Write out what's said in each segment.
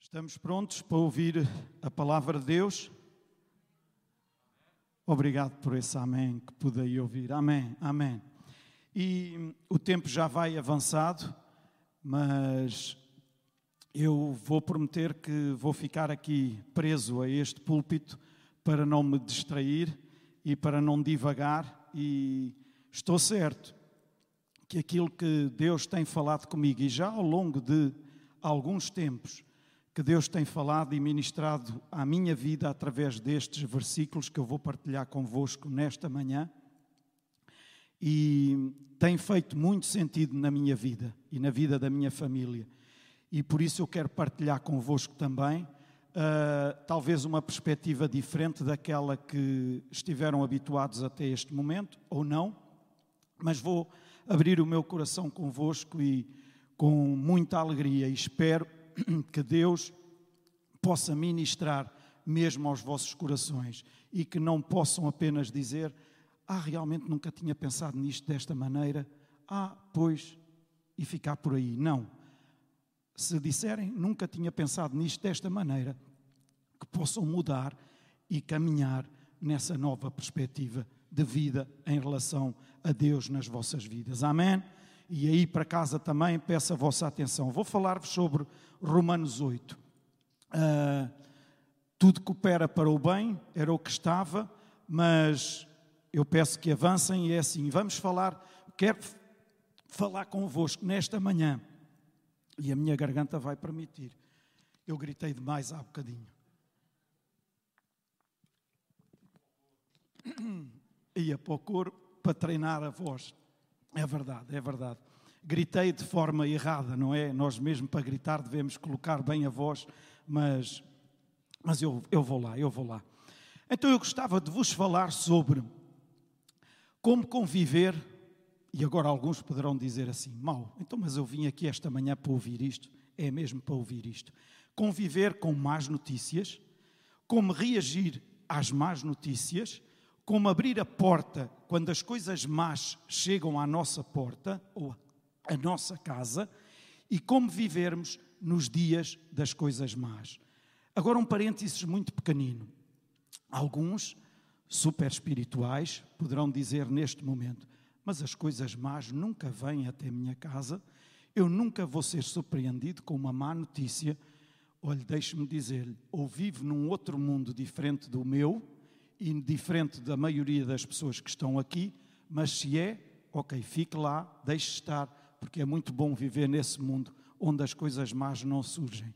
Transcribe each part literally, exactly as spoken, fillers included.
Estamos prontos para ouvir a palavra de Deus? Obrigado por esse amém que pude aí ouvir. Amém, amém. E o tempo já vai avançado, mas eu vou prometer que vou ficar aqui preso a este púlpito para não me distrair e para não divagar, e estou certo que aquilo que Deus tem falado comigo, e já ao longo de alguns tempos, que Deus tem falado e ministrado à minha vida através destes versículos que eu vou partilhar convosco nesta manhã, e tem feito muito sentido na minha vida e na vida da minha família, e por isso eu quero partilhar convosco também, uh, talvez uma perspectiva diferente daquela que estiveram habituados até este momento, ou não, mas vou abrir o meu coração convosco e com muita alegria, e espero que Deus possa ministrar mesmo aos vossos corações e que não possam apenas dizer: ah, realmente nunca tinha pensado nisto desta maneira, ah, pois, e ficar por aí. Não. Se disserem: nunca tinha pensado nisto desta maneira, que possam mudar e caminhar nessa nova perspectiva de vida em relação a Deus nas vossas vidas. Amém? E aí para casa também peço a vossa atenção. Vou falar-vos sobre Romanos oito. Uh, tudo coopera para o bem, era o que estava, mas eu peço que avancem e é assim. Vamos falar, quero falar convosco nesta manhã, e a minha garganta vai permitir. Eu gritei demais há bocadinho. Ia para o coro para treinar a voz. É verdade, é verdade. Gritei de forma errada, não é? Nós mesmo para gritar devemos colocar bem a voz, mas, mas eu, eu vou lá, eu vou lá. Então eu gostava de vos falar sobre como conviver, e agora alguns poderão dizer assim: mau, então mas eu vim aqui esta manhã para ouvir isto, é mesmo para ouvir isto. Conviver com más notícias, como reagir às más notícias, como abrir a porta quando as coisas más chegam à nossa porta ou à nossa casa, e como vivermos nos dias das coisas más. Agora um parênteses muito pequenino. Alguns super espirituais poderão dizer neste momento: mas as coisas más nunca vêm até a minha casa, eu nunca vou ser surpreendido com uma má notícia. Olhe, deixe-me dizer-lhe, ou vive num outro mundo diferente do meu, e diferente da maioria das pessoas que estão aqui, mas se é, ok, fique lá, deixe estar, porque é muito bom viver nesse mundo onde as coisas más não surgem.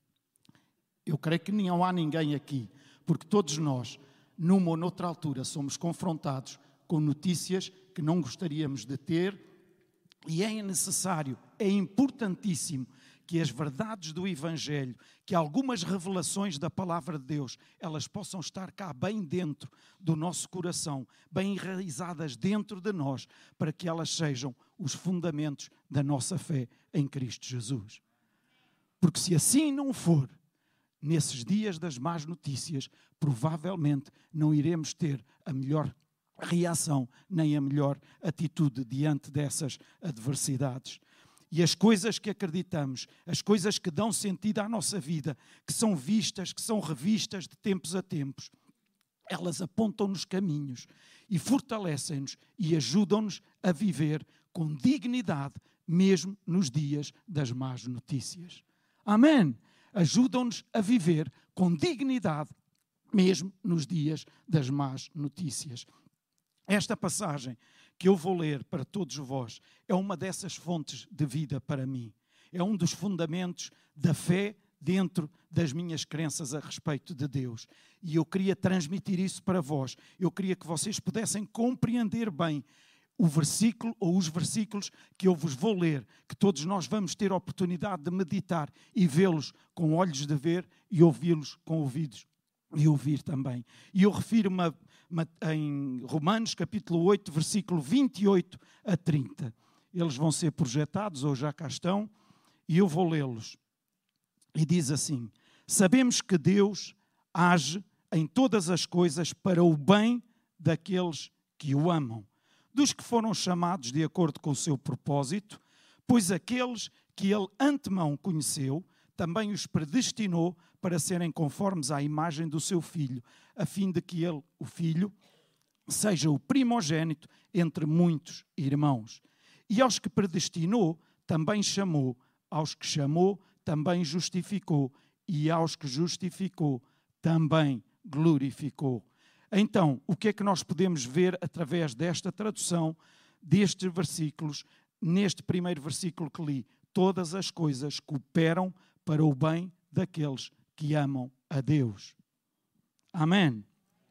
Eu creio que não há ninguém aqui, porque todos nós, numa ou noutra altura, somos confrontados com notícias que não gostaríamos de ter, e é necessário, é importantíssimo que as verdades do Evangelho, que algumas revelações da Palavra de Deus, elas possam estar cá bem dentro do nosso coração, bem enraizadas dentro de nós, para que elas sejam os fundamentos da nossa fé em Cristo Jesus. Porque se assim não for, nesses dias das más notícias, provavelmente não iremos ter a melhor reação, nem a melhor atitude diante dessas adversidades. E as coisas que acreditamos, as coisas que dão sentido à nossa vida, que são vistas, que são revistas de tempos a tempos, elas apontam-nos caminhos e fortalecem-nos e ajudam-nos a viver com dignidade, mesmo nos dias das más notícias. Amém? Ajudam-nos a viver com dignidade, mesmo nos dias das más notícias. Esta passagem que eu vou ler para todos vós é uma dessas fontes de vida para mim. É um dos fundamentos da fé dentro das minhas crenças a respeito de Deus. E eu queria transmitir isso para vós. Eu queria que vocês pudessem compreender bem o versículo ou os versículos que eu vos vou ler, que todos nós vamos ter a oportunidade de meditar e vê-los com olhos de ver e ouvi-los com ouvidos e ouvir também. E eu refiro-me a em Romanos capítulo oito, versículo vinte e oito a trinta. Eles vão ser projetados, ou já cá estão, e eu vou lê-los. E diz assim: sabemos que Deus age em todas as coisas para o bem daqueles que o amam, dos que foram chamados de acordo com o seu propósito, pois aqueles que ele antemão conheceu, também os predestinou para serem conformes à imagem do seu Filho, a fim de que ele, o Filho, seja o primogênito entre muitos irmãos. E aos que predestinou, também chamou. Aos que chamou, também justificou. E aos que justificou, também glorificou. Então, o que é que nós podemos ver através desta tradução, destes versículos, neste primeiro versículo que li? Todas as coisas cooperam para o bem daqueles que amam a Deus. Amém.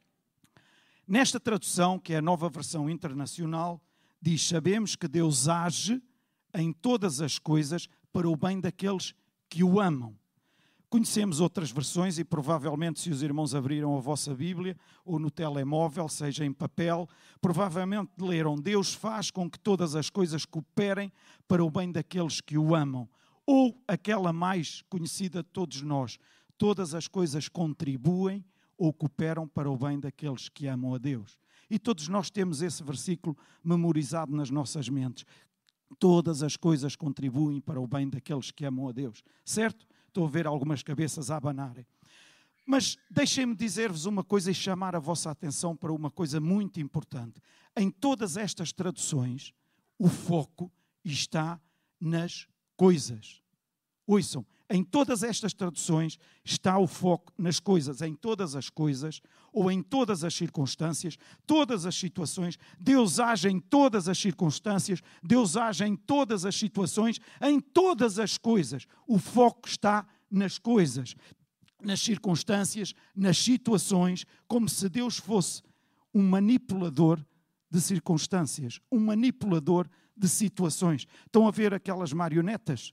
Nesta tradução, que é a Nova Versão Internacional, diz: sabemos que Deus age em todas as coisas para o bem daqueles que o amam. Conhecemos outras versões e provavelmente, se os irmãos abriram a vossa Bíblia ou no telemóvel, seja em papel, provavelmente leram: Deus faz com que todas as coisas cooperem para o bem daqueles que o amam. Ou aquela mais conhecida de todos nós: todas as coisas contribuem ou cooperam para o bem daqueles que amam a Deus. E todos nós temos esse versículo memorizado nas nossas mentes. Todas as coisas contribuem para o bem daqueles que amam a Deus. Certo? Estou a ver algumas cabeças a abanarem. Mas deixem-me dizer-vos uma coisa e chamar a vossa atenção para uma coisa muito importante. Em todas estas traduções, o foco está nas coisas. Ouçam, em todas estas traduções está o foco nas coisas, em todas as coisas, ou em todas as circunstâncias, todas as situações. Deus age em todas as circunstâncias, Deus age em todas as situações, em todas as coisas. O foco está nas coisas, nas circunstâncias, nas situações, como se Deus fosse um manipulador de circunstâncias, um manipulador de situações. Estão a ver aquelas marionetas?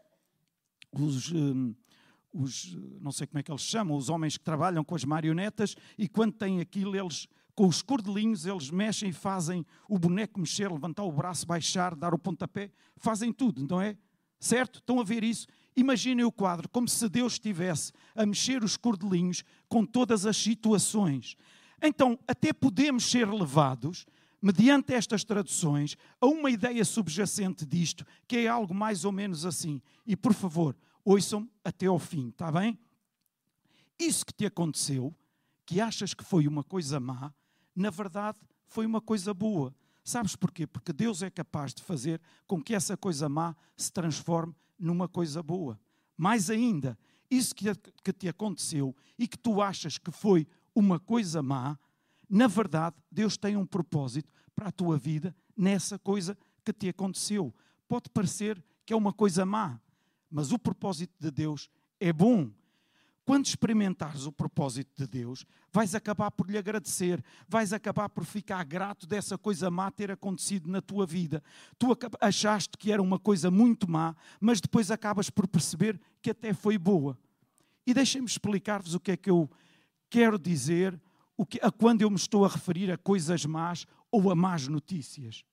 Os, um, os, não sei como é que eles chamam, os homens que trabalham com as marionetas, e quando têm aquilo, eles, com os cordelinhos, eles mexem e fazem o boneco mexer, levantar o braço, baixar, dar o pontapé, fazem tudo, não é? Certo? Estão a ver isso? Imaginem o quadro, como se Deus estivesse a mexer os cordelinhos com todas as situações. Então, até podemos ser levados, mediante estas traduções, a uma ideia subjacente disto, que é algo mais ou menos assim. E, por favor, ouçam até ao fim, está bem? Isso que te aconteceu, que achas que foi uma coisa má, na verdade foi uma coisa boa. Sabes porquê? Porque Deus é capaz de fazer com que essa coisa má se transforme numa coisa boa. Mais ainda, isso que, que te aconteceu e que tu achas que foi uma coisa má, na verdade, Deus tem um propósito para a tua vida nessa coisa que te aconteceu. Pode parecer que é uma coisa má, mas o propósito de Deus é bom. Quando experimentares o propósito de Deus, vais acabar por lhe agradecer, vais acabar por ficar grato dessa coisa má ter acontecido na tua vida. Tu achaste que era uma coisa muito má, mas depois acabas por perceber que até foi boa. E deixem-me explicar-vos o que é que eu quero dizer o que, a quando eu me estou a referir a coisas más ou a más notícias.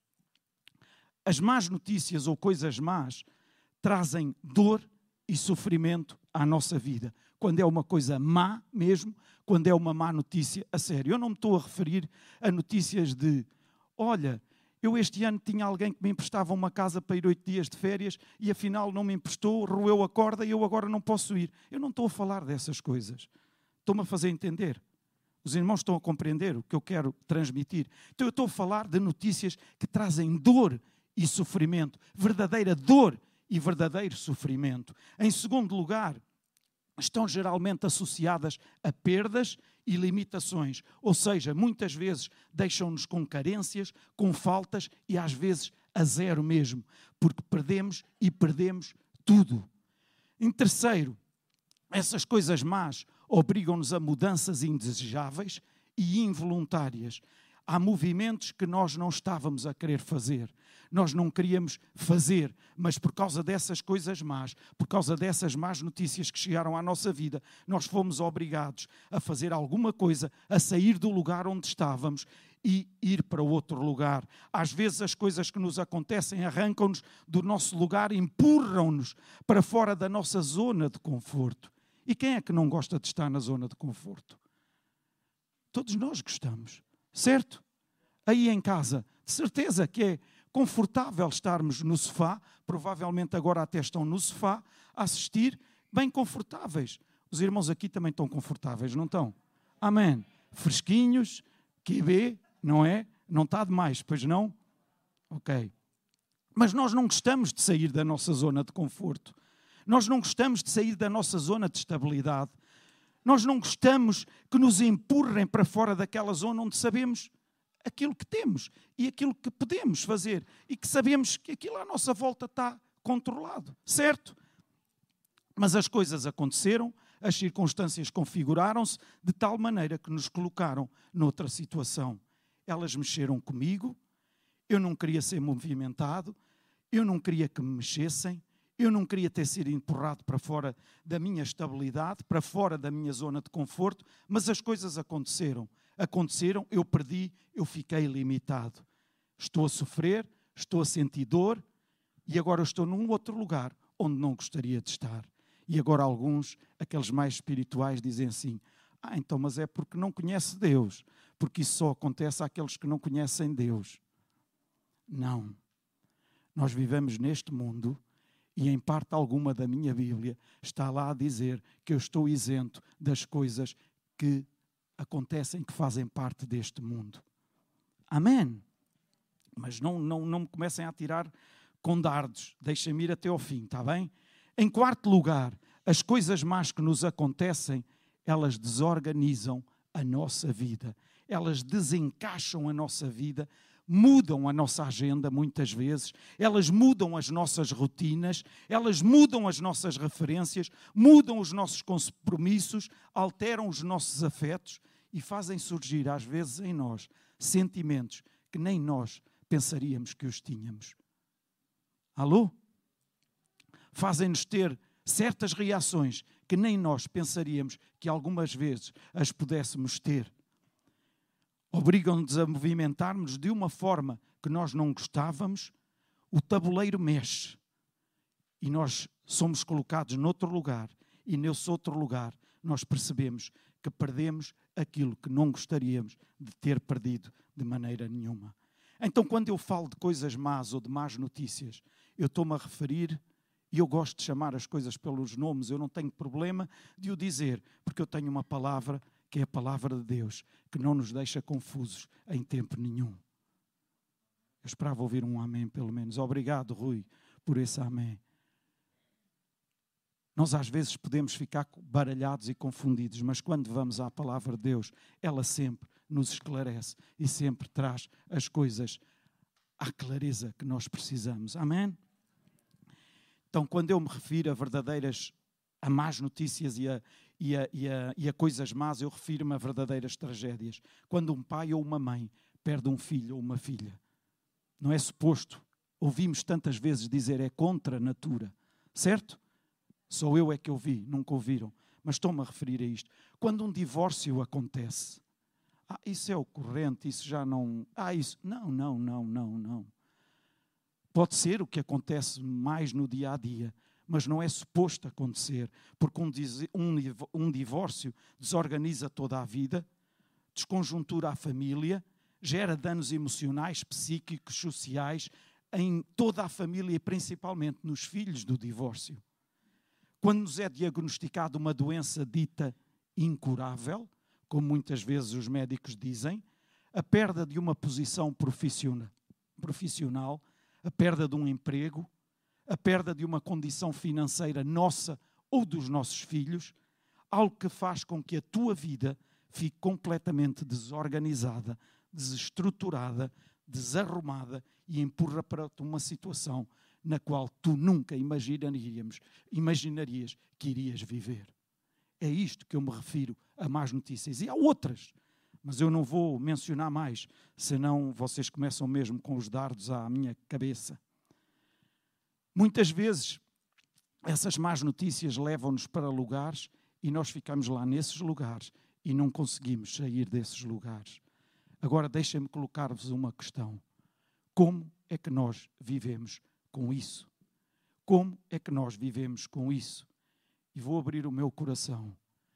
As más notícias ou coisas más trazem dor e sofrimento à nossa vida. Quando é uma coisa má mesmo, quando é uma má notícia a sério. Eu não me estou a referir a notícias de, olha, eu este ano tinha alguém que me emprestava uma casa para ir oito dias de férias e afinal não me emprestou, roeu a corda e eu agora não posso ir. Eu não estou a falar dessas coisas. Estou-me a fazer entender. Os irmãos estão a compreender o que eu quero transmitir. Então eu estou a falar de notícias que trazem dor e sofrimento. Verdadeira dor e verdadeiro sofrimento. Em segundo lugar, estão geralmente associadas a perdas e limitações. Ou seja, muitas vezes deixam-nos com carências, com faltas e às vezes a zero mesmo. Porque perdemos e perdemos tudo. Em terceiro, essas coisas más obrigam-nos a mudanças indesejáveis e involuntárias. Há movimentos que nós não estávamos a querer fazer. Nós não queríamos fazer, mas por causa dessas coisas más, por causa dessas más notícias que chegaram à nossa vida, nós fomos obrigados a fazer alguma coisa, a sair do lugar onde estávamos e ir para outro lugar. Às vezes as coisas que nos acontecem arrancam-nos do nosso lugar, empurram-nos para fora da nossa zona de conforto. E quem é que não gosta de estar na zona de conforto? Todos nós gostamos, certo? Aí em casa, de certeza que é confortável estarmos no sofá, provavelmente agora até estão no sofá, a assistir bem confortáveis. Os irmãos aqui também estão confortáveis, não estão? Amém. Fresquinhos, Q B, não é? Não está demais, pois não? Ok. Mas nós não gostamos de sair da nossa zona de conforto. Nós não gostamos de sair da nossa zona de estabilidade. Nós não gostamos que nos empurrem para fora daquela zona onde sabemos aquilo que temos e aquilo que podemos fazer e que sabemos que aquilo à nossa volta está controlado, certo? Mas as coisas aconteceram, as circunstâncias configuraram-se de tal maneira que nos colocaram noutra situação. Elas mexeram comigo, eu não queria ser movimentado, eu não queria que me mexessem, eu não queria ter sido empurrado para fora da minha estabilidade, para fora da minha zona de conforto, mas as coisas aconteceram. Aconteceram, eu perdi, eu fiquei limitado. Estou a sofrer, estou a sentir dor e agora estou num outro lugar onde não gostaria de estar. E agora alguns, aqueles mais espirituais, dizem assim, ah, então, mas é porque não conhece Deus, porque isso só acontece àqueles que não conhecem Deus. Não. Nós vivemos neste mundo e em parte alguma da minha Bíblia está lá a dizer que eu estou isento das coisas que acontecem, que fazem parte deste mundo. Amém. Mas não, não, não me comecem a atirar com dardos. Deixem-me ir até ao fim, está bem? Em quarto lugar, as coisas más que nos acontecem, elas desorganizam a nossa vida. Elas desencaixam a nossa vida, mudam a nossa agenda muitas vezes, elas mudam as nossas rotinas, elas mudam as nossas referências, mudam os nossos compromissos, alteram os nossos afetos e fazem surgir às vezes em nós sentimentos que nem nós pensaríamos que os tínhamos. Alô? Fazem-nos ter certas reações que nem nós pensaríamos que algumas vezes as pudéssemos ter. Obrigam-nos a movimentarmos de uma forma que nós não gostávamos, o tabuleiro mexe e nós somos colocados noutro lugar e nesse outro lugar nós percebemos que perdemos aquilo que não gostaríamos de ter perdido de maneira nenhuma. Então, quando eu falo de coisas más ou de más notícias, eu estou-me a referir, e eu gosto de chamar as coisas pelos nomes, eu não tenho problema de o dizer, porque eu tenho uma palavra que é a palavra de Deus, que não nos deixa confusos em tempo nenhum. Eu esperava ouvir um amém, pelo menos. Obrigado, Rui, por esse amém. Nós às vezes podemos ficar baralhados e confundidos, mas quando vamos à palavra de Deus, ela sempre nos esclarece e sempre traz as coisas à clareza que nós precisamos. Amém? Então, quando eu me refiro a verdadeiras, a más notícias e a, e a, e a, e a coisas más, eu refiro-me a verdadeiras tragédias. Quando um pai ou uma mãe perde um filho ou uma filha, não é suposto, ouvimos tantas vezes dizer, é contra a natura, certo? Só eu é que ouvi, nunca ouviram, mas estou-me a referir a isto. Quando um divórcio acontece, ah, isso é ocorrente, isso já não... Ah, isso... Não, não, não, não, não. Pode ser o que acontece mais no dia a dia, mas não é suposto acontecer, porque um, um, um divórcio desorganiza toda a vida, desconjuntura a família, gera danos emocionais, psíquicos, sociais, em toda a família e principalmente nos filhos do divórcio. Quando nos é diagnosticada uma doença dita incurável, como muitas vezes os médicos dizem, a perda de uma posição profissional, a perda de um emprego, a perda de uma condição financeira nossa ou dos nossos filhos, algo que faz com que a tua vida fique completamente desorganizada, desestruturada, desarrumada e empurra para uma situação na qual tu nunca imaginarias, imaginarias que irias viver. É isto que eu me refiro a más notícias. E há outras, mas eu não vou mencionar mais, senão vocês começam mesmo com os dardos à minha cabeça. Muitas vezes, essas más notícias levam-nos para lugares e nós ficamos lá nesses lugares e não conseguimos sair desses lugares. Agora, deixem-me colocar-vos uma questão. Como é que nós vivemos com isso? Como é que nós vivemos com isso? E vou abrir o meu coração.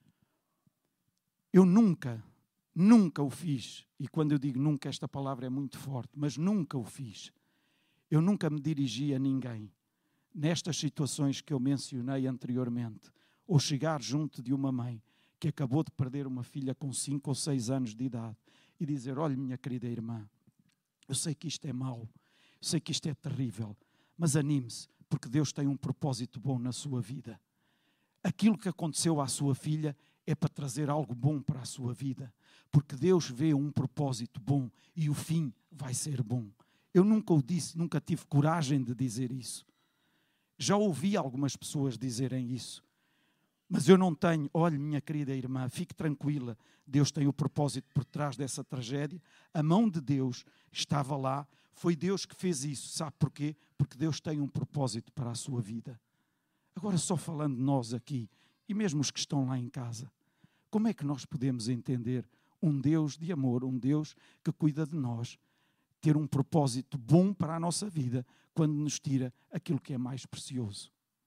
Eu nunca, nunca o fiz, e quando eu digo nunca, esta palavra é muito forte, mas nunca o fiz. Eu nunca me dirigi a ninguém nestas situações que eu mencionei anteriormente, ou chegar junto de uma mãe que acabou de perder uma filha com cinco ou seis anos de idade e dizer: olha, minha querida irmã, eu sei que isto é mau, eu sei que isto é terrível, mas anime-se, porque Deus tem um propósito bom na sua vida. Aquilo que aconteceu à sua filha é para trazer algo bom para a sua vida, porque Deus vê um propósito bom e o fim vai ser bom. Eu nunca o disse, nunca tive coragem de dizer isso. Já ouvi algumas pessoas dizerem isso, mas eu não tenho. Olhe, minha querida irmã, fique tranquila, Deus tem o propósito por trás dessa tragédia. A mão de Deus estava lá, foi Deus que fez isso. Sabe porquê? Porque Deus tem um propósito para a sua vida. Agora, só falando de nós aqui, e mesmo os que estão lá em casa, como é que nós podemos entender um Deus de amor, um Deus que cuida de nós, ter um propósito bom para a nossa vida, quando nos tira aquilo que é mais precioso?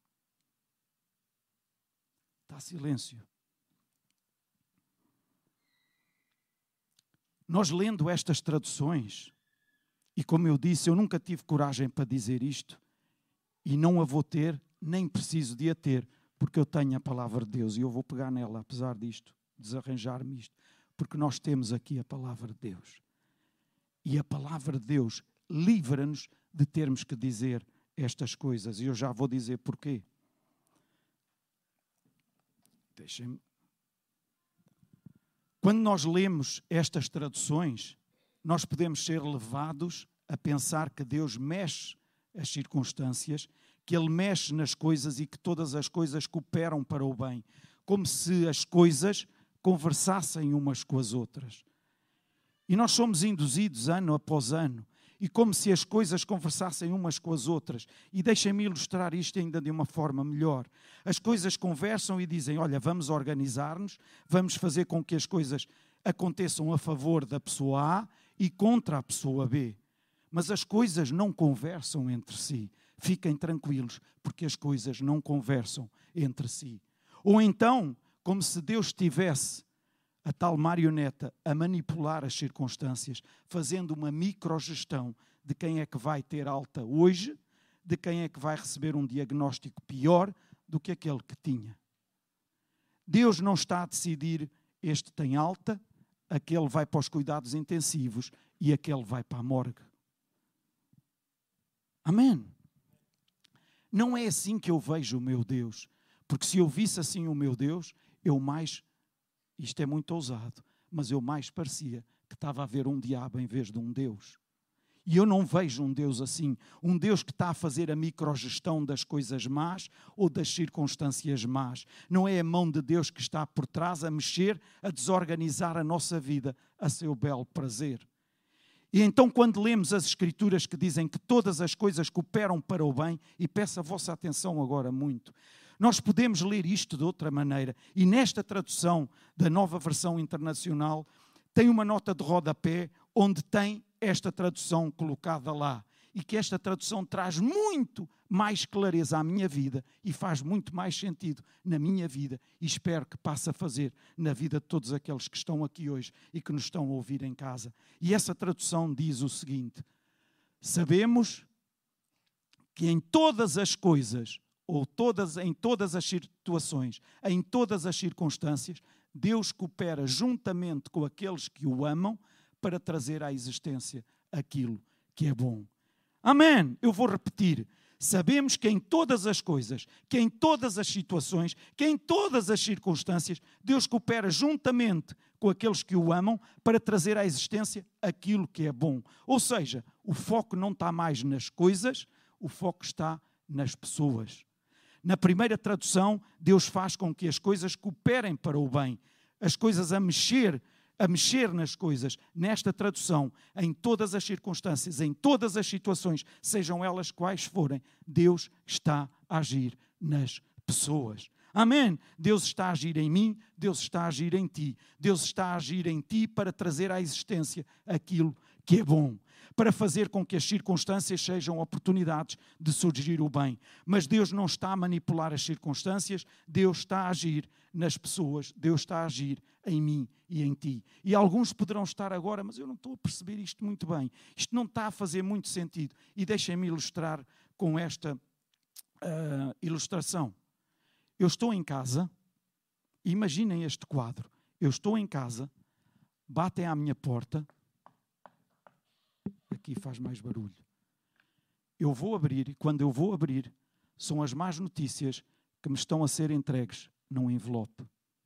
Está silêncio. Nós lendo estas traduções, e como eu disse, eu nunca tive coragem para dizer isto, e não a vou ter, nem preciso de a ter, porque eu tenho a palavra de Deus, e eu vou pegar nela, apesar disto, desarranjar-me isto, porque nós temos aqui a palavra de Deus. E a palavra de Deus livra-nos de termos que dizer estas coisas, e eu já vou dizer porquê. Deixem-me. Quando nós lemos estas traduções, nós podemos ser levados a pensar que Deus mexe as circunstâncias, que Ele mexe nas coisas e que todas as coisas cooperam para o bem, como se as coisas conversassem umas com as outras. E nós somos induzidos ano após ano, e como se as coisas conversassem umas com as outras. E deixem-me ilustrar isto ainda de uma forma melhor. As coisas conversam e dizem: olha, vamos organizar-nos, vamos fazer com que as coisas aconteçam a favor da pessoa A e contra a pessoa B. Mas as coisas não conversam entre si. Fiquem tranquilos, porque as coisas não conversam entre si. Ou então, como se Deus tivesse a tal marioneta a manipular as circunstâncias, fazendo uma microgestão de quem é que vai ter alta hoje, de quem é que vai receber um diagnóstico pior do que aquele que tinha. Deus não está a decidir: este tem alta, aquele vai para os cuidados intensivos e aquele vai para a morgue. Amém? Não é assim que eu vejo o meu Deus, porque se eu visse assim o meu Deus, eu mais... Isto é muito ousado, mas eu mais parecia que estava a ver um diabo em vez de um Deus. E eu não vejo um Deus assim, um Deus que está a fazer a microgestão das coisas más ou das circunstâncias más. Não é a mão de Deus que está por trás a mexer, a desorganizar a nossa vida a seu belo prazer. E então, quando lemos as Escrituras que dizem que todas as coisas cooperam para o bem, e peço a vossa atenção agora muito, nós podemos ler isto de outra maneira. E nesta tradução da Nova Versão Internacional, tem uma nota de rodapé onde tem esta tradução colocada lá. E que esta tradução traz muito mais clareza à minha vida e faz muito mais sentido na minha vida. E espero que passe a fazer na vida de todos aqueles que estão aqui hoje e que nos estão a ouvir em casa. E essa tradução diz o seguinte: sabemos que em todas as coisas, ou todas, em todas as situações, em todas as circunstâncias, Deus coopera juntamente com aqueles que o amam para trazer à existência aquilo que é bom. Amém! Eu vou repetir. Sabemos que em todas as coisas, que em todas as situações, que em todas as circunstâncias, Deus coopera juntamente com aqueles que o amam para trazer à existência aquilo que é bom. Ou seja, o foco não está mais nas coisas, o foco está nas pessoas. Na primeira tradução, Deus faz com que as coisas cooperem para o bem. As coisas a mexer, a mexer nas coisas. Nesta tradução, em todas as circunstâncias, em todas as situações, sejam elas quais forem, Deus está a agir nas pessoas. Amém? Deus está a agir em mim, Deus está a agir em ti. Deus está a agir em ti para trazer à existência aquilo que é bom, para fazer com que as circunstâncias sejam oportunidades de surgir o bem. Mas Deus não está a manipular as circunstâncias, Deus está a agir nas pessoas, Deus está a agir em mim e em ti. E alguns poderão estar agora, mas eu não estou a perceber isto muito bem. Isto não está a fazer muito sentido. E deixem-me ilustrar com esta uh, ilustração. Eu estou em casa, imaginem este quadro, eu estou em casa, batem à minha porta, aqui faz mais barulho, eu vou abrir, e quando eu vou abrir, são as más notícias que me estão a ser entregues num envelope.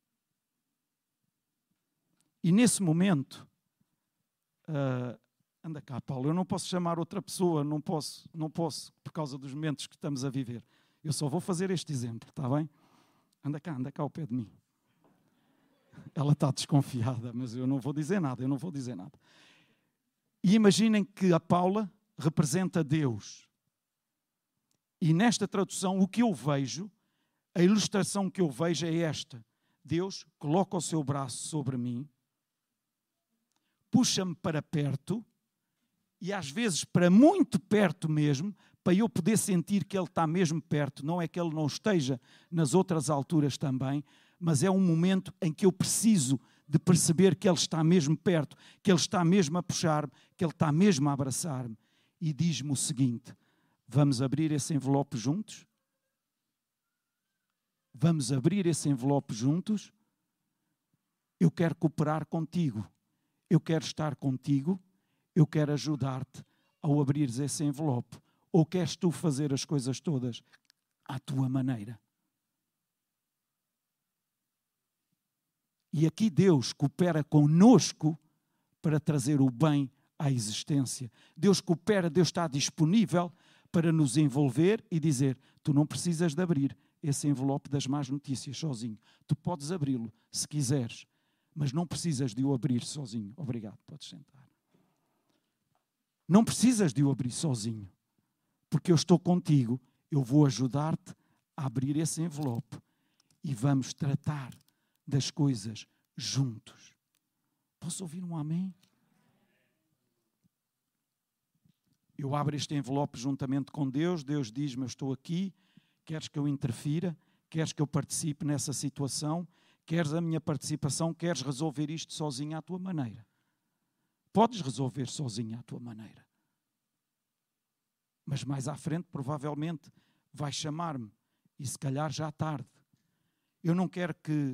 E nesse momento, uh, anda cá, Paulo, eu não posso chamar outra pessoa, não posso, não posso, por causa dos momentos que estamos a viver. Eu só vou fazer este exemplo, está bem? Anda cá, anda cá ao pé de mim. Ela está desconfiada, mas eu não vou dizer nada, eu não vou dizer nada. E imaginem que a Paula representa Deus. E nesta tradução, o que eu vejo, a ilustração que eu vejo é esta. Deus coloca o seu braço sobre mim, puxa-me para perto, e às vezes para muito perto mesmo, para eu poder sentir que Ele está mesmo perto. Não é que Ele não esteja nas outras alturas também, mas é um momento em que eu preciso de perceber que Ele está mesmo perto, que Ele está mesmo a puxar-me, que Ele está mesmo a abraçar-me. E diz-me o seguinte: vamos abrir esse envelope juntos? Vamos abrir esse envelope juntos? Eu quero cooperar contigo. Eu quero estar contigo. Eu quero ajudar-te ao abrires esse envelope. Ou queres tu fazer as coisas todas à tua maneira? E aqui Deus coopera conosco para trazer o bem à existência. Deus coopera, Deus está disponível para nos envolver e dizer: tu não precisas de abrir esse envelope das más notícias sozinho. Tu podes abri-lo se quiseres, mas não precisas de o abrir sozinho. Obrigado, podes sentar. Não precisas de o abrir sozinho, porque eu estou contigo, eu vou ajudar-te a abrir esse envelope e vamos tratar das coisas juntos. Posso ouvir um amém? Eu abro este envelope juntamente com Deus. Deus diz-me: eu estou aqui, queres que eu interfira? Queres que eu participe nessa situação? Queres a minha participação? Queres resolver isto sozinho à tua maneira? Podes resolver sozinho à tua maneira. Mas mais à frente, provavelmente, vais chamar-me. E se calhar já tarde. Eu não quero que...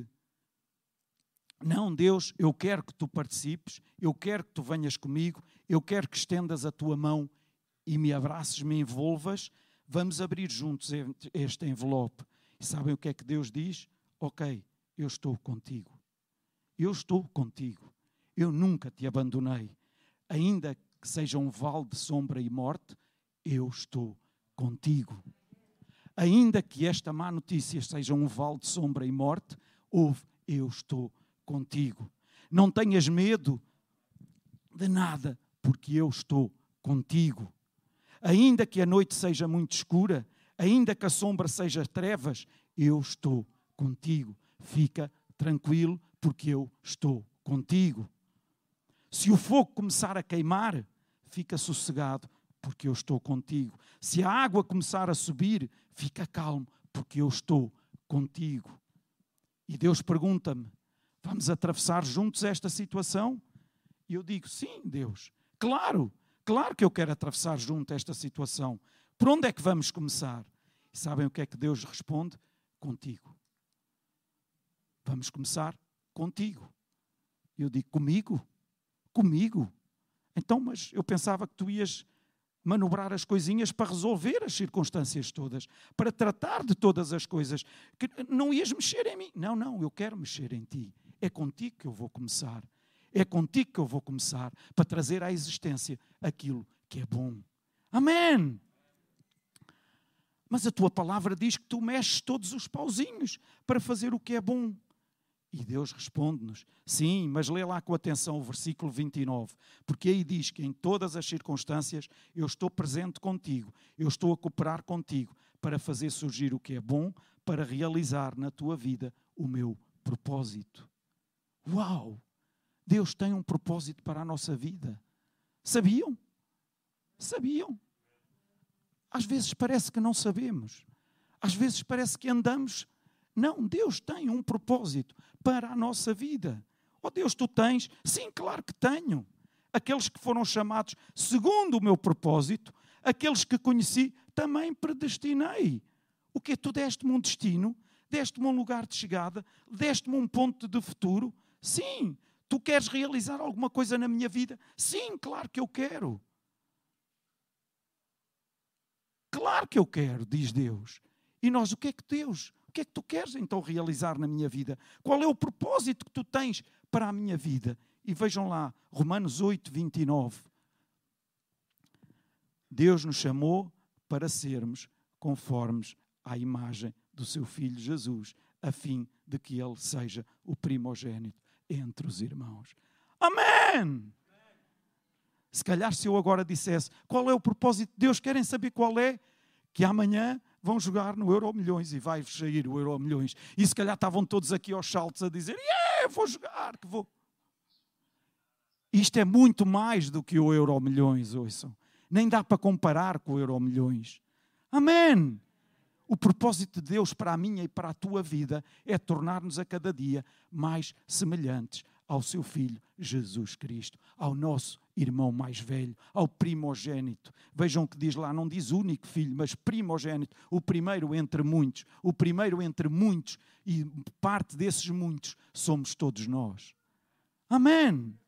Não, Deus, eu quero que tu participes. Eu quero que tu venhas comigo. Eu quero que estendas a tua mão e me abraces, me envolvas. Vamos abrir juntos este envelope. E sabem o que é que Deus diz? Ok, eu estou contigo. Eu estou contigo. Eu nunca te abandonei. Ainda que seja um vale de sombra e morte, eu estou contigo. Ainda que esta má notícia seja um vale de sombra e morte, ouve, eu estou contigo. Não tenhas medo de nada, porque eu estou contigo. Ainda que a noite seja muito escura, ainda que a sombra seja trevas, eu estou contigo. Fica tranquilo, porque eu estou contigo. Se o fogo começar a queimar, fica sossegado, porque eu estou contigo. Se a água começar a subir, fica calmo, porque eu estou contigo. E Deus pergunta-me: vamos atravessar juntos esta situação? E eu digo: sim, Deus, claro, claro que eu quero atravessar junto esta situação. Por onde é que vamos começar? E sabem o que é que Deus responde? Contigo. Vamos começar contigo. E eu digo: comigo? Comigo? Então, mas eu pensava que tu ias manobrar as coisinhas para resolver as circunstâncias todas, para tratar de todas as coisas, que não ias mexer em mim. Não, não, eu quero mexer em ti. É contigo que eu vou começar. É contigo que eu vou começar para trazer à existência aquilo que é bom. Amém! Mas a tua palavra diz que tu mexes todos os pauzinhos para fazer o que é bom. E Deus responde-nos: sim, mas lê lá com atenção o versículo vinte e nove, porque aí diz que em todas as circunstâncias eu estou presente contigo, eu estou a cooperar contigo para fazer surgir o que é bom, para realizar na tua vida o meu propósito. Uau! Deus tem um propósito para a nossa vida. Sabiam? Sabiam? Às vezes parece que não sabemos. Às vezes parece que andamos... Não, Deus tem um propósito para a nossa vida. Oh Deus, tu tens? Sim, claro que tenho. Aqueles que foram chamados segundo o meu propósito, aqueles que conheci, também predestinei. O que tu deste-me um destino? deste-me um lugar de chegada, deste-me um ponto de futuro. Sim. Tu queres realizar alguma coisa na minha vida? Sim, claro que eu quero. Claro que eu quero, diz Deus. E nós, o que é que Deus, o que é que tu queres então realizar na minha vida? Qual é o propósito que tu tens para a minha vida? E vejam lá, Romanos oito, vinte e nove. Deus nos chamou para sermos conformes à imagem do seu Filho Jesus, a fim de que Ele seja o primogênito entre os irmãos. Amém! Se calhar se eu agora dissesse qual é o propósito de Deus, querem saber qual é? Que amanhã vão jogar no Euro Milhões e vai sair o Euro Milhões. E se calhar estavam todos aqui aos saltos a dizer, yeah, vou jogar, que vou. Isto é muito mais do que o Euro Milhões, ouçam. Nem dá para comparar com o Euro Milhões. Amém! O propósito de Deus para a minha e para a tua vida é tornar-nos a cada dia mais semelhantes ao seu Filho Jesus Cristo, ao nosso irmão mais velho, ao primogênito. Vejam o que diz lá, não diz único filho, mas primogênito, o primeiro entre muitos, o primeiro entre muitos, e parte desses muitos somos todos nós. Amém!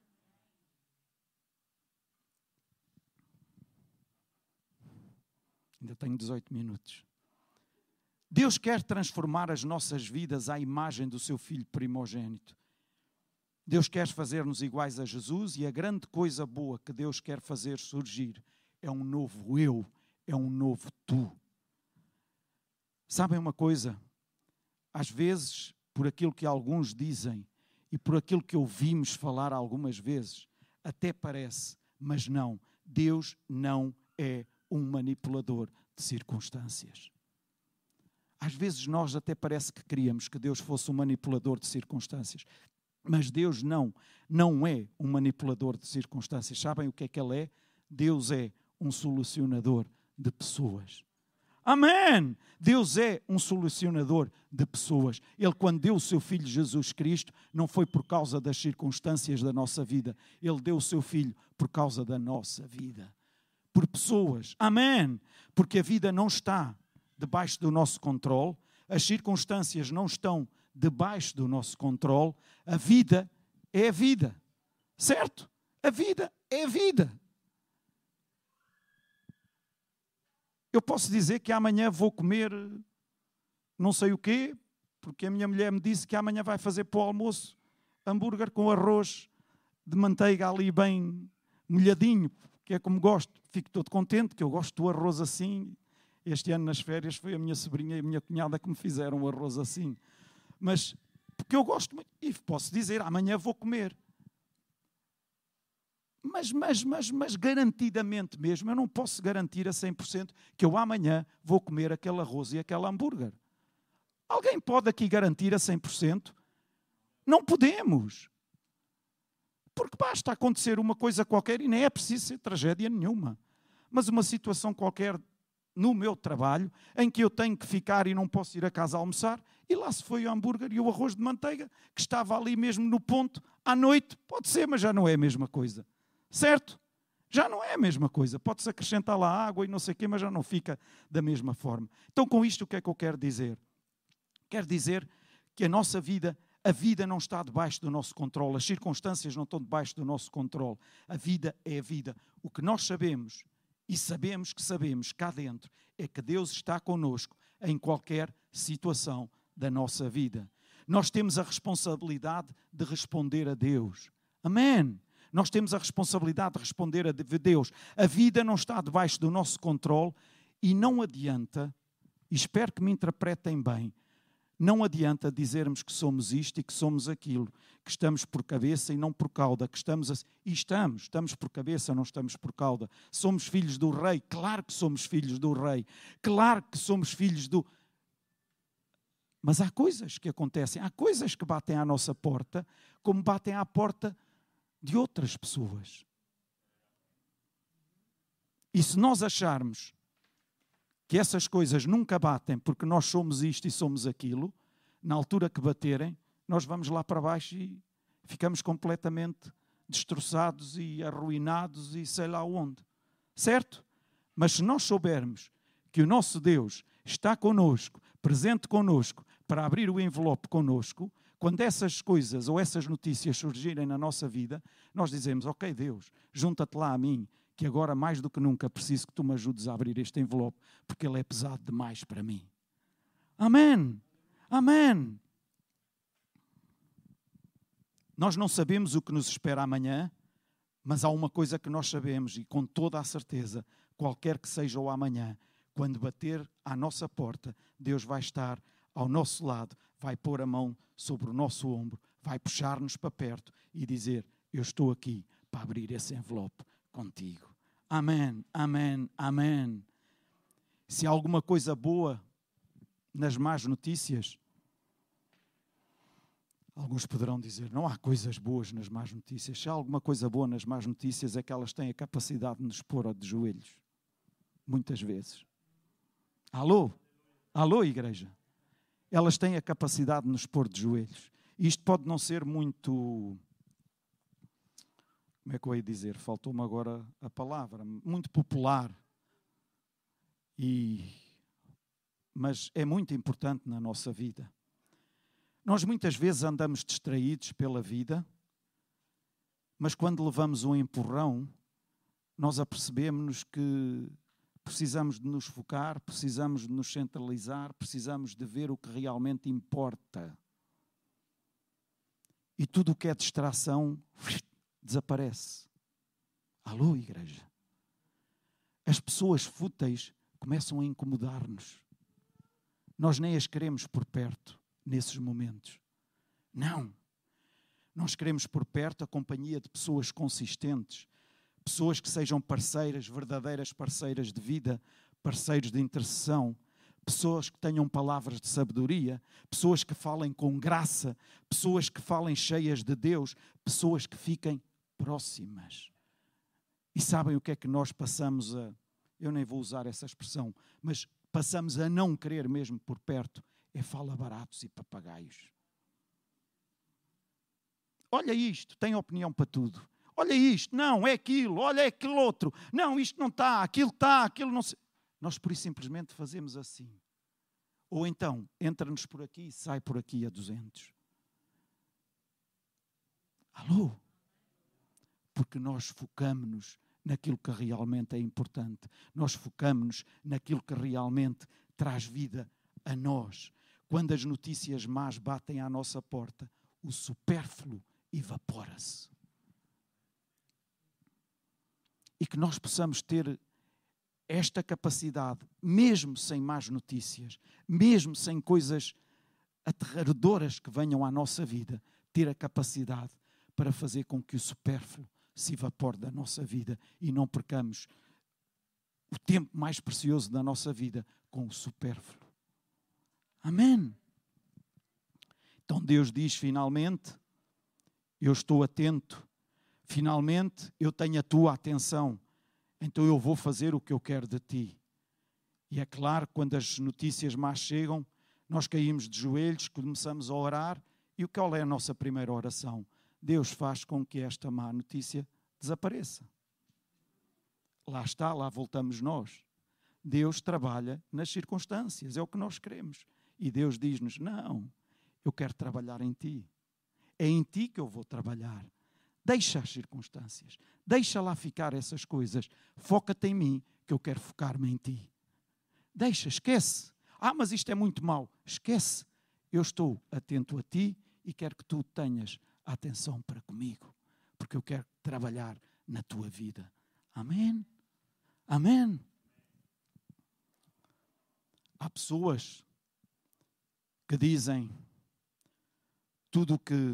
Ainda tenho dezoito minutos. Deus quer transformar as nossas vidas à imagem do seu Filho primogênito. Deus quer fazer-nos iguais a Jesus e a grande coisa boa que Deus quer fazer surgir é um novo eu, é um novo tu. Sabem uma coisa? Às vezes, por aquilo que alguns dizem e por aquilo que ouvimos falar algumas vezes, até parece, mas não, Deus não é um manipulador de circunstâncias. Às vezes nós até parece que queríamos que Deus fosse um manipulador de circunstâncias. Mas Deus não, não é um manipulador de circunstâncias. Sabem o que é que Ele é? Deus é um solucionador de pessoas. Amém! Deus é um solucionador de pessoas. Ele, quando deu o seu Filho Jesus Cristo, não foi por causa das circunstâncias da nossa vida. Ele deu o seu Filho por causa da nossa vida. Por pessoas. Amém! Porque a vida não está debaixo do nosso controle, as circunstâncias não estão debaixo do nosso controle, a vida é a vida, certo? A vida é a vida. Eu posso dizer que amanhã vou comer não sei o quê, porque a minha mulher me disse que amanhã vai fazer para o almoço hambúrguer com arroz de manteiga ali bem molhadinho, que é como gosto. Fico todo contente, que eu gosto do arroz assim. Este ano nas férias foi a minha sobrinha e a minha cunhada que me fizeram o arroz assim. Mas, porque eu gosto muito, e posso dizer, amanhã vou comer. Mas, mas, mas, mas garantidamente mesmo, eu não posso garantir a cem por cento que eu amanhã vou comer aquele arroz e aquele hambúrguer. Alguém pode aqui garantir a cem por cento? Não podemos. Porque basta acontecer uma coisa qualquer, e nem é preciso ser tragédia nenhuma, mas uma situação qualquer no meu trabalho, em que eu tenho que ficar e não posso ir a casa almoçar, e lá se foi o hambúrguer e o arroz de manteiga, que estava ali mesmo no ponto, à noite, pode ser, mas já não é a mesma coisa. Certo? Já não é a mesma coisa. Pode-se acrescentar lá água e não sei o quê, mas já não fica da mesma forma. Então, com isto, o que é que eu quero dizer? Quero dizer que a nossa vida, a vida não está debaixo do nosso controle, as circunstâncias não estão debaixo do nosso controle. A vida é a vida. O que nós sabemos, e sabemos que sabemos cá dentro, é que Deus está connosco em qualquer situação da nossa vida. Nós temos a responsabilidade de responder a Deus. Amém? Nós temos a responsabilidade de responder a Deus. A vida não está debaixo do nosso controle e não adianta, e espero que me interpretem bem, não adianta dizermos que somos isto e que somos aquilo, que estamos por cabeça e não por cauda, que estamos a... E estamos, estamos por cabeça, não estamos por cauda. Somos filhos do Rei, claro que somos filhos do Rei, claro que somos filhos do... Mas há coisas que acontecem, há coisas que batem à nossa porta, como batem à porta de outras pessoas. E se nós acharmos que essas coisas nunca batem porque nós somos isto e somos aquilo, na altura que baterem, nós vamos lá para baixo e ficamos completamente destroçados e arruinados e sei lá onde. Certo? Mas se nós soubermos que o nosso Deus está connosco, presente connosco, para abrir o envelope connosco, quando essas coisas ou essas notícias surgirem na nossa vida, nós dizemos, ok Deus, junta-te lá a mim, que agora mais do que nunca preciso que tu me ajudes a abrir este envelope, porque ele é pesado demais para mim. Amém! Amém! Nós não sabemos o que nos espera amanhã, mas há uma coisa que nós sabemos, e com toda a certeza, qualquer que seja o amanhã, quando bater à nossa porta, Deus vai estar ao nosso lado, vai pôr a mão sobre o nosso ombro, vai puxar-nos para perto e dizer, eu estou aqui para abrir esse envelope contigo. Amém, amém, amém. Se há alguma coisa boa nas más notícias, alguns poderão dizer, não há coisas boas nas más notícias. Se há alguma coisa boa nas más notícias é que elas têm a capacidade de nos pôr de joelhos. Muitas vezes. Alô? Alô, igreja? Elas têm a capacidade de nos pôr de joelhos. Isto pode não ser muito... Como é que eu ia dizer? Faltou-me agora a palavra. Muito popular. E... Mas é muito importante na nossa vida. Nós muitas vezes andamos distraídos pela vida, mas quando levamos um empurrão, nós apercebemos-nos que precisamos de nos focar, precisamos de nos centralizar, precisamos de ver o que realmente importa. E tudo o que é distração desaparece. Alô, igreja? As pessoas fúteis começam a incomodar-nos. Nós nem as queremos por perto. Nesses momentos. Não. Nós queremos por perto a companhia de pessoas consistentes, pessoas que sejam parceiras, verdadeiras parceiras de vida, parceiros de intercessão, pessoas que tenham palavras de sabedoria, pessoas que falem com graça, pessoas que falem cheias de Deus, pessoas que fiquem próximas. E sabem o que é que nós passamos a... Eu nem vou usar essa expressão, mas passamos a não querer mesmo por perto. É fala baratos e papagaios. Olha isto, tem opinião para tudo. Olha isto, não, é aquilo, olha é aquele outro. Não, isto não está, aquilo está, aquilo não se... Nós por isso simplesmente fazemos assim. Ou então, entra-nos por aqui e sai por aqui a duzentos. Alô? Porque nós focamos-nos naquilo que realmente é importante. Nós focamos-nos naquilo que realmente traz vida a nós. Quando as notícias más batem à nossa porta, o supérfluo evapora-se. E que nós possamos ter esta capacidade, mesmo sem más notícias, mesmo sem coisas aterradoras que venham à nossa vida, ter a capacidade para fazer com que o supérfluo se evapore da nossa vida e não percamos o tempo mais precioso da nossa vida com o supérfluo. Amém. Então Deus diz finalmente, eu estou atento, finalmente eu tenho a tua atenção, então eu vou fazer o que eu quero de ti. E é claro, quando as notícias más chegam, nós caímos de joelhos, começamos a orar, e qual é a nossa primeira oração? Deus faz com que esta má notícia desapareça. Lá está, lá voltamos nós. Deus trabalha nas circunstâncias, é o que nós queremos. E Deus diz-nos, não, eu quero trabalhar em ti. É em ti que eu vou trabalhar. Deixa as circunstâncias, deixa lá ficar essas coisas. Foca-te em mim, que eu quero focar-me em ti. Deixa, esquece. Ah, mas isto é muito mau. Esquece. Eu estou atento a ti e quero que tu tenhas atenção para comigo, porque eu quero trabalhar na tua vida. Amém? Amém? Há pessoas que dizem tudo o que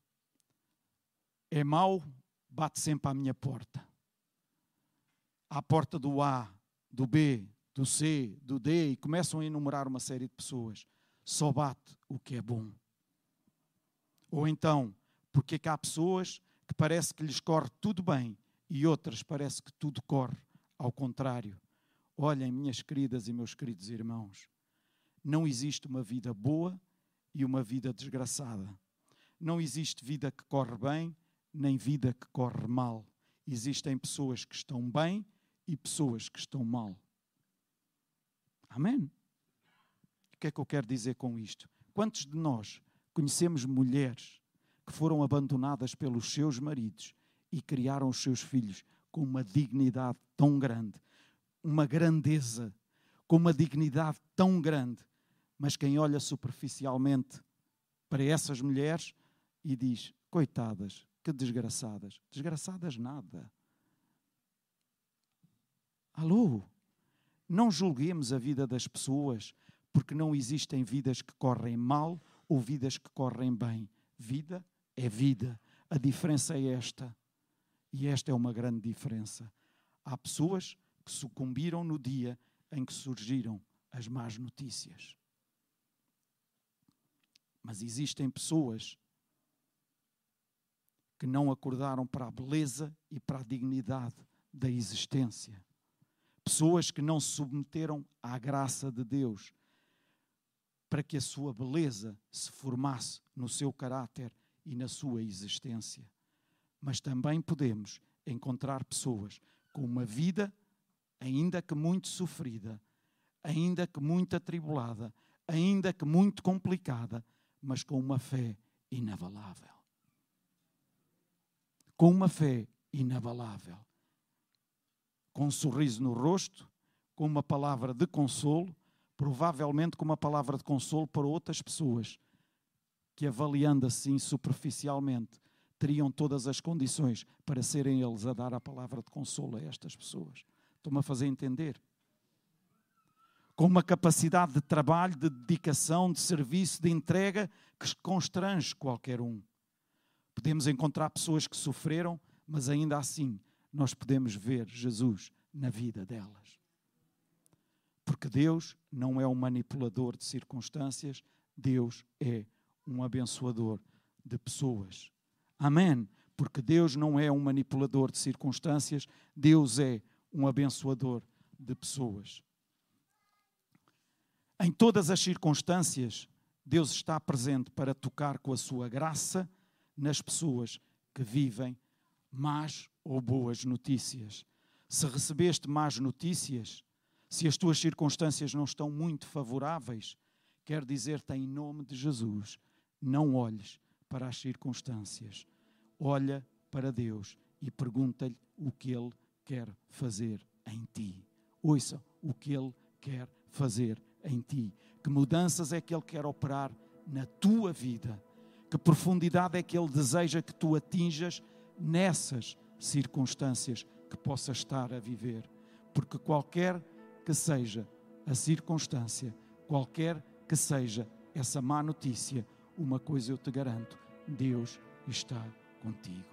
é mau bate sempre à minha porta. À porta do A, do B, do C, do D, e começam a enumerar uma série de pessoas. Só bate o que é bom. Ou então, porque é que há pessoas que parece que lhes corre tudo bem e outras parece que tudo corre ao contrário. Olhem, minhas queridas e meus queridos irmãos, não existe uma vida boa e uma vida desgraçada. Não existe vida que corre bem, nem vida que corre mal. Existem pessoas que estão bem e pessoas que estão mal. Amém? O que é que eu quero dizer com isto? Quantos de nós conhecemos mulheres que foram abandonadas pelos seus maridos e criaram os seus filhos com uma dignidade tão grande, uma grandeza, com uma dignidade tão grande, mas quem olha superficialmente para essas mulheres e diz, coitadas, que desgraçadas. Desgraçadas nada. Alô? Não julguemos a vida das pessoas, porque não existem vidas que correm mal ou vidas que correm bem. Vida é vida. A diferença é esta. E esta é uma grande diferença. Há pessoas que sucumbiram no dia em que surgiram as más notícias. Mas existem pessoas que não acordaram para a beleza e para a dignidade da existência. Pessoas que não se submeteram à graça de Deus para que a sua beleza se formasse no seu caráter e na sua existência. Mas também podemos encontrar pessoas com uma vida, ainda que muito sofrida, ainda que muito atribulada, ainda que muito complicada, mas com uma fé inabalável. Com uma fé inabalável. Com um sorriso no rosto, com uma palavra de consolo, provavelmente com uma palavra de consolo para outras pessoas que, avaliando assim superficialmente, teriam todas as condições para serem eles a dar a palavra de consolo a estas pessoas. Estou-me a fazer entender? Com uma capacidade de trabalho, de dedicação, de serviço, de entrega que constrange qualquer um. Podemos encontrar pessoas que sofreram, mas ainda assim nós podemos ver Jesus na vida delas. Porque Deus não é um manipulador de circunstâncias, Deus é um abençoador de pessoas. Amém? Porque Deus não é um manipulador de circunstâncias, Deus é um abençoador de pessoas. Em todas as circunstâncias, Deus está presente para tocar com a sua graça nas pessoas que vivem más ou boas notícias. Se recebeste más notícias, se as tuas circunstâncias não estão muito favoráveis, quero dizer-te em nome de Jesus, não olhes para as circunstâncias. Olha para Deus e pergunta-lhe o que Ele quer fazer em ti. Ouça o que Ele quer fazer em ti. Que mudanças é que Ele quer operar na tua vida? Que profundidade é que Ele deseja que tu atinjas nessas circunstâncias que possas estar a viver? Porque qualquer que seja a circunstância, qualquer que seja essa má notícia, uma coisa eu te garanto, Deus está contigo.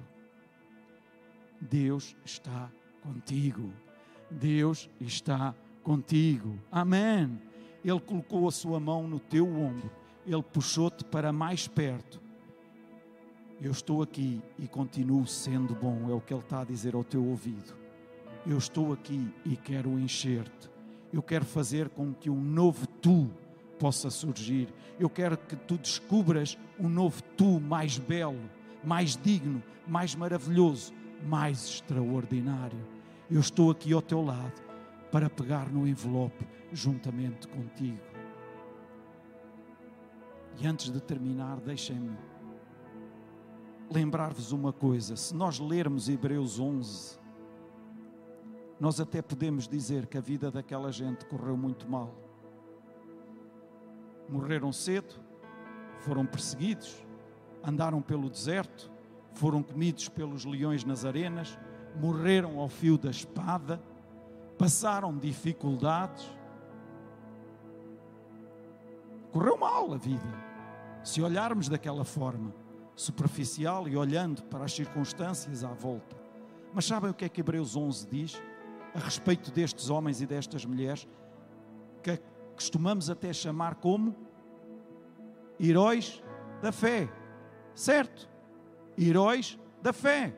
Deus está contigo. Deus está contigo. Amém. Ele colocou a sua mão no teu ombro. Ele puxou-te para mais perto. Eu estou aqui e continuo sendo bom. É o que Ele está a dizer ao teu ouvido. Eu estou aqui e quero encher-te. Eu quero fazer com que um novo tu possa surgir. Eu quero que tu descubras um novo tu mais belo, mais digno, mais maravilhoso, mais extraordinário. Eu estou aqui ao teu lado para pegar no envelope juntamente contigo. E antes de terminar, deixem-me lembrar-vos uma coisa. Se nós lermos Hebreus onze, nós até podemos dizer que a vida daquela gente correu muito mal. Morreram cedo, foram perseguidos, andaram pelo deserto, foram comidos pelos leões nas arenas, morreram ao fio da espada, passaram dificuldades. Correu mal a vida. Se olharmos daquela forma superficial e olhando para as circunstâncias à volta. Mas sabem o que é que Hebreus onze diz a respeito destes homens e destas mulheres que costumamos até chamar como heróis da fé, certo? Heróis da fé.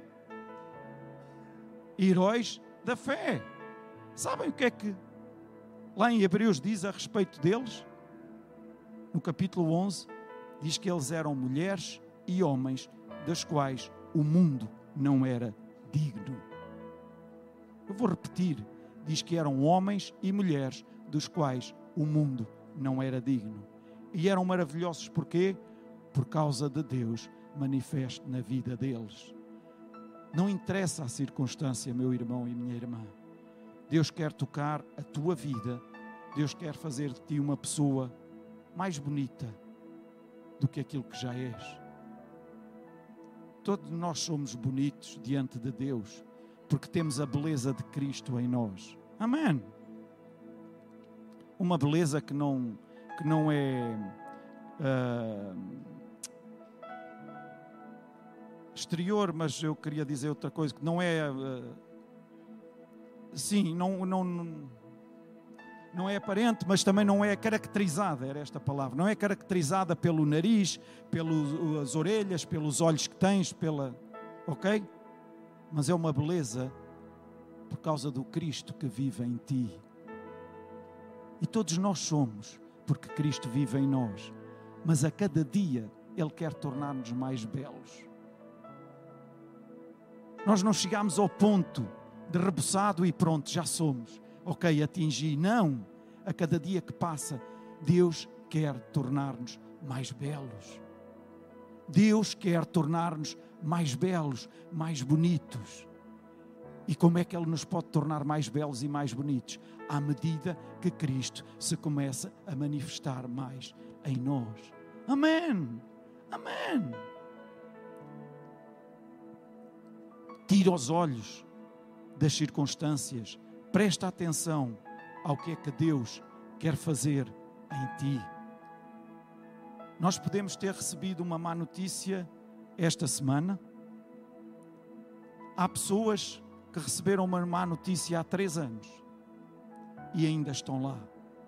Heróis da fé. Sabem o que é que lá em Hebreus diz a respeito deles? No capítulo onze, diz que eles eram mulheres e homens das quais o mundo não era digno. Eu vou repetir, diz que eram homens e mulheres dos quais o mundo não era digno. E eram maravilhosos porquê? Por causa de Deus manifesto na vida deles. Não interessa a circunstância, meu irmão e minha irmã. Deus quer tocar a tua vida. Deus quer fazer de ti uma pessoa mais bonita do que aquilo que já és. Todos nós somos bonitos diante de Deus, porque temos a beleza de Cristo em nós. Amém. Uma beleza que não, que não é uh, exterior, mas eu queria dizer outra coisa, que não é... Uh, sim, não... não Não é aparente, mas também não é caracterizada, era esta palavra. Não é caracterizada pelo nariz, pelas orelhas, pelos olhos que tens, pela... Ok? Mas é uma beleza por causa do Cristo que vive em ti. E todos nós somos, porque Cristo vive em nós. Mas a cada dia Ele quer tornar-nos mais belos. Nós não chegamos ao ponto de rebuçado e pronto, já somos. Ok, atingi. Não. A cada dia que passa, Deus quer tornar-nos mais belos. Deus quer tornar-nos mais belos, mais bonitos. E como é que Ele nos pode tornar mais belos e mais bonitos? À medida que Cristo se começa a manifestar mais em nós. Amém. Amém. Tira os olhos das circunstâncias. Presta atenção ao que é que Deus quer fazer em ti. Nós podemos ter recebido uma má notícia esta semana. Há pessoas que receberam uma má notícia há três anos e ainda estão lá.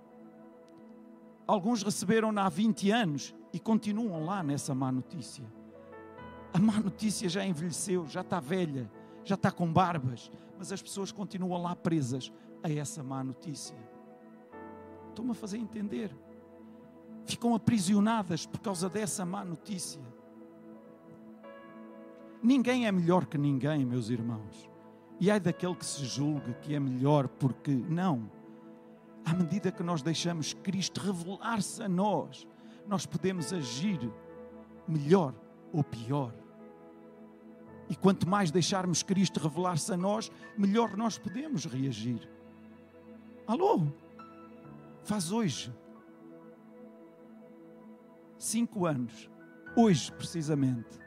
Alguns receberam-na há vinte anos e continuam lá nessa má notícia. A má notícia já envelheceu, já está velha, já está com barbas, mas as pessoas continuam lá presas a essa má notícia. Estão-me a fazer entender? Ficam aprisionadas por causa dessa má notícia. Ninguém é melhor que ninguém, meus irmãos. E ai daquele que se julgue que é melhor, porque não. À medida que nós deixamos Cristo revelar-se a nós, nós podemos agir melhor ou pior. E quanto mais deixarmos Cristo revelar-se a nós, melhor nós podemos reagir. Alô? Faz hoje cinco anos, hoje precisamente,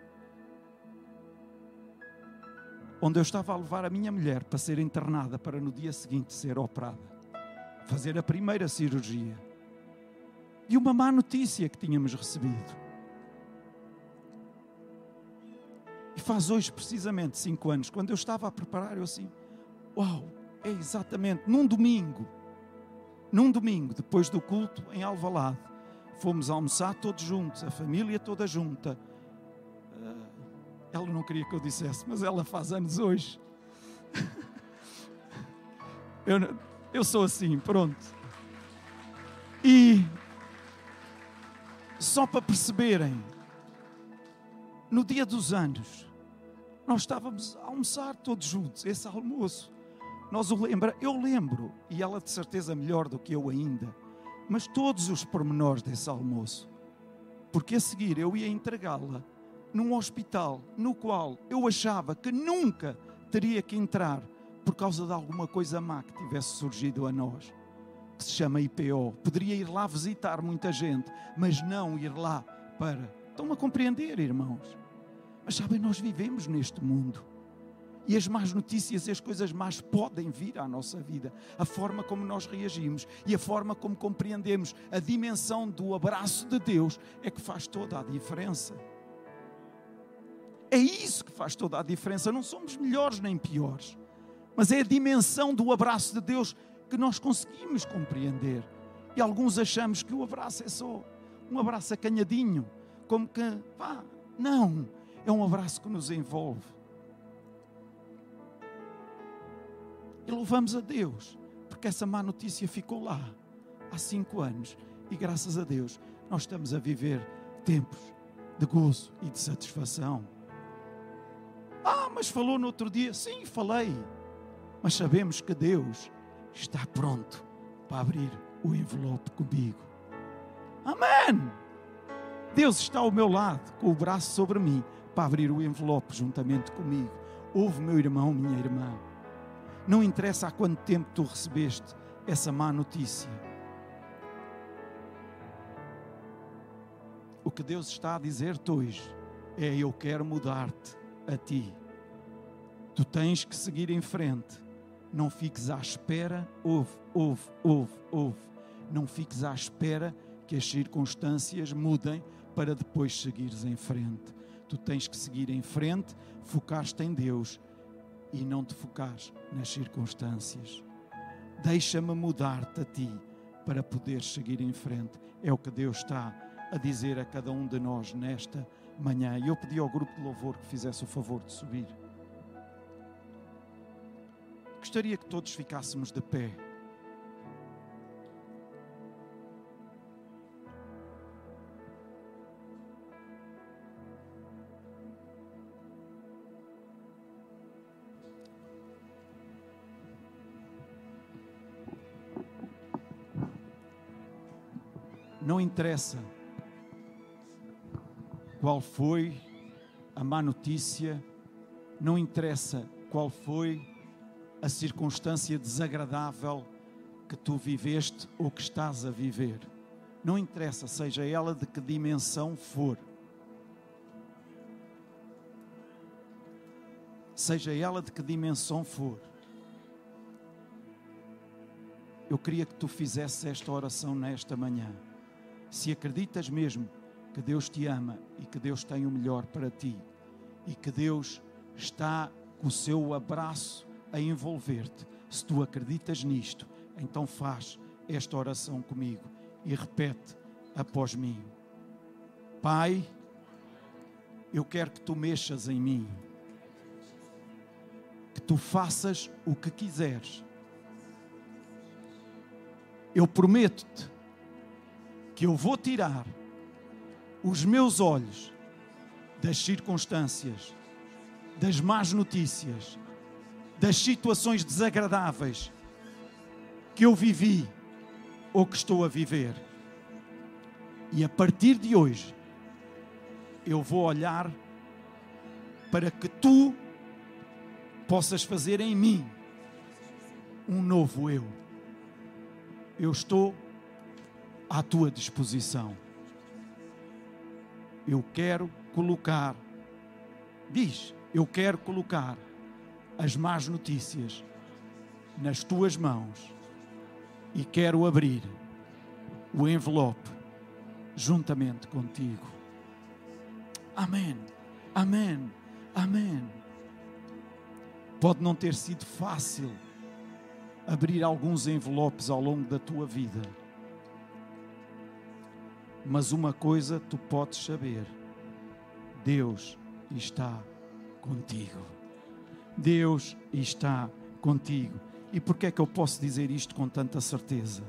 onde eu estava a levar a minha mulher para ser internada, para no dia seguinte ser operada, fazer a primeira cirurgia, e uma má notícia que tínhamos recebido. E faz hoje precisamente cinco anos, quando eu estava a preparar, eu assim, uau, é exatamente, num domingo, num domingo, depois do culto em Alvalade, fomos almoçar todos juntos, a família toda junta. Ela não queria que eu dissesse, mas ela faz anos hoje. eu, eu sou assim, pronto. E só para perceberem, no dia dos anos, nós estávamos a almoçar todos juntos, esse almoço. Nós o lembra, eu lembro, e ela de certeza melhor do que eu ainda, mas todos os pormenores desse almoço. Porque a seguir eu ia entregá-la num hospital no qual eu achava que nunca teria que entrar por causa de alguma coisa má que tivesse surgido a nós, que se chama I P O. Poderia ir lá visitar muita gente, mas não ir lá para... Estão a compreender, irmãos? Mas sabem, nós vivemos neste mundo. E as más notícias e as coisas más podem vir à nossa vida. A forma como nós reagimos e a forma como compreendemos a dimensão do abraço de Deus é que faz toda a diferença. É isso que faz toda a diferença. Não somos melhores nem piores. Mas é a dimensão do abraço de Deus que nós conseguimos compreender. E alguns achamos que o abraço é só um abraço acanhadinho. Como que, pá, não. É um abraço que nos envolve. E louvamos a Deus, porque essa má notícia ficou lá há cinco anos. E graças a Deus, nós estamos a viver tempos de gozo e de satisfação. Ah, mas falou no outro dia. Sim, falei. Mas sabemos que Deus está pronto para abrir o envelope comigo. Amém! Deus está ao meu lado, com o braço sobre mim, para abrir o envelope juntamente comigo. Ouve, meu irmão, minha irmã. Não interessa há quanto tempo tu recebeste essa má notícia. O que Deus está a dizer-te hoje é: eu quero mudar-te a ti. Tu tens que seguir em frente. Não fiques à espera. Ouve, ouve, ouve, ouve. Não fiques à espera que as circunstâncias mudem para depois seguires em frente. Tu tens que seguir em frente, focar-te em Deus e não te focares nas circunstâncias. Deixa-me mudar-te a ti para poderes seguir em frente. É o que Deus está a dizer a cada um de nós nesta manhã. E eu pedi ao grupo de louvor que fizesse o favor de subir. Gostaria que todos ficássemos de pé. Não interessa qual foi a má notícia, não interessa qual foi a circunstância desagradável que tu viveste ou que estás a viver. Não interessa, seja ela de que dimensão for. Seja ela de que dimensão for. Eu queria que tu fizesses esta oração nesta manhã. Se acreditas mesmo que Deus te ama e que Deus tem o melhor para ti e que Deus está com o seu abraço a envolver-te, se tu acreditas nisto, então faz esta oração comigo e repete após mim. Pai, eu quero que tu mexas em mim, que tu faças o que quiseres. Eu prometo-te que eu vou tirar os meus olhos das circunstâncias, das más notícias, das situações desagradáveis que eu vivi ou que estou a viver. E a partir de hoje, eu vou olhar para que tu possas fazer em mim um novo eu. Eu estou à tua disposição. Eu quero colocar, diz, eu quero colocar as más notícias nas tuas mãos e quero abrir o envelope juntamente contigo. Amém, amém, amém. Pode não ter sido fácil abrir alguns envelopes ao longo da tua vida, mas uma coisa tu podes saber: Deus está contigo. Deus está contigo. E porquê é que eu posso dizer isto com tanta certeza?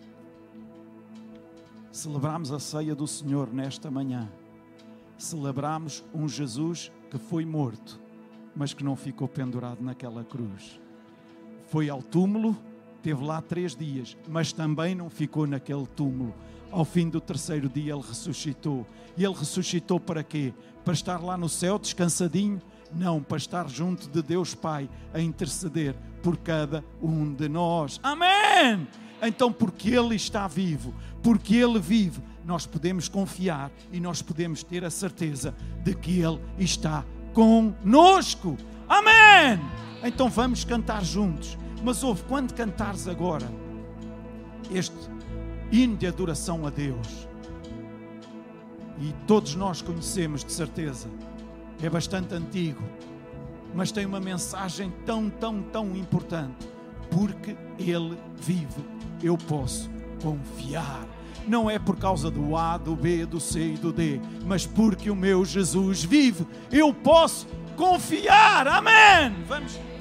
Celebramos a ceia do Senhor nesta manhã. Celebramos um Jesus que foi morto, mas que não ficou pendurado naquela cruz. Foi ao túmulo, teve lá três dias, mas também não ficou naquele túmulo. Ao fim do terceiro dia ele ressuscitou. E ele ressuscitou para quê? Para estar lá no céu descansadinho? Não, para estar junto de Deus Pai a interceder por cada um de nós. Amém! Então, porque Ele está vivo, porque Ele vive, nós podemos confiar e nós podemos ter a certeza de que Ele está conosco. Amém! Então vamos cantar juntos. Mas ouve, quando cantares agora este hino de adoração a Deus, e todos nós conhecemos de certeza, é bastante antigo, mas tem uma mensagem tão, tão, tão importante. Porque Ele vive, eu posso confiar. Não é por causa do A, do B, do C e do D, mas porque o meu Jesus vive, eu posso confiar. Amém! Vamos...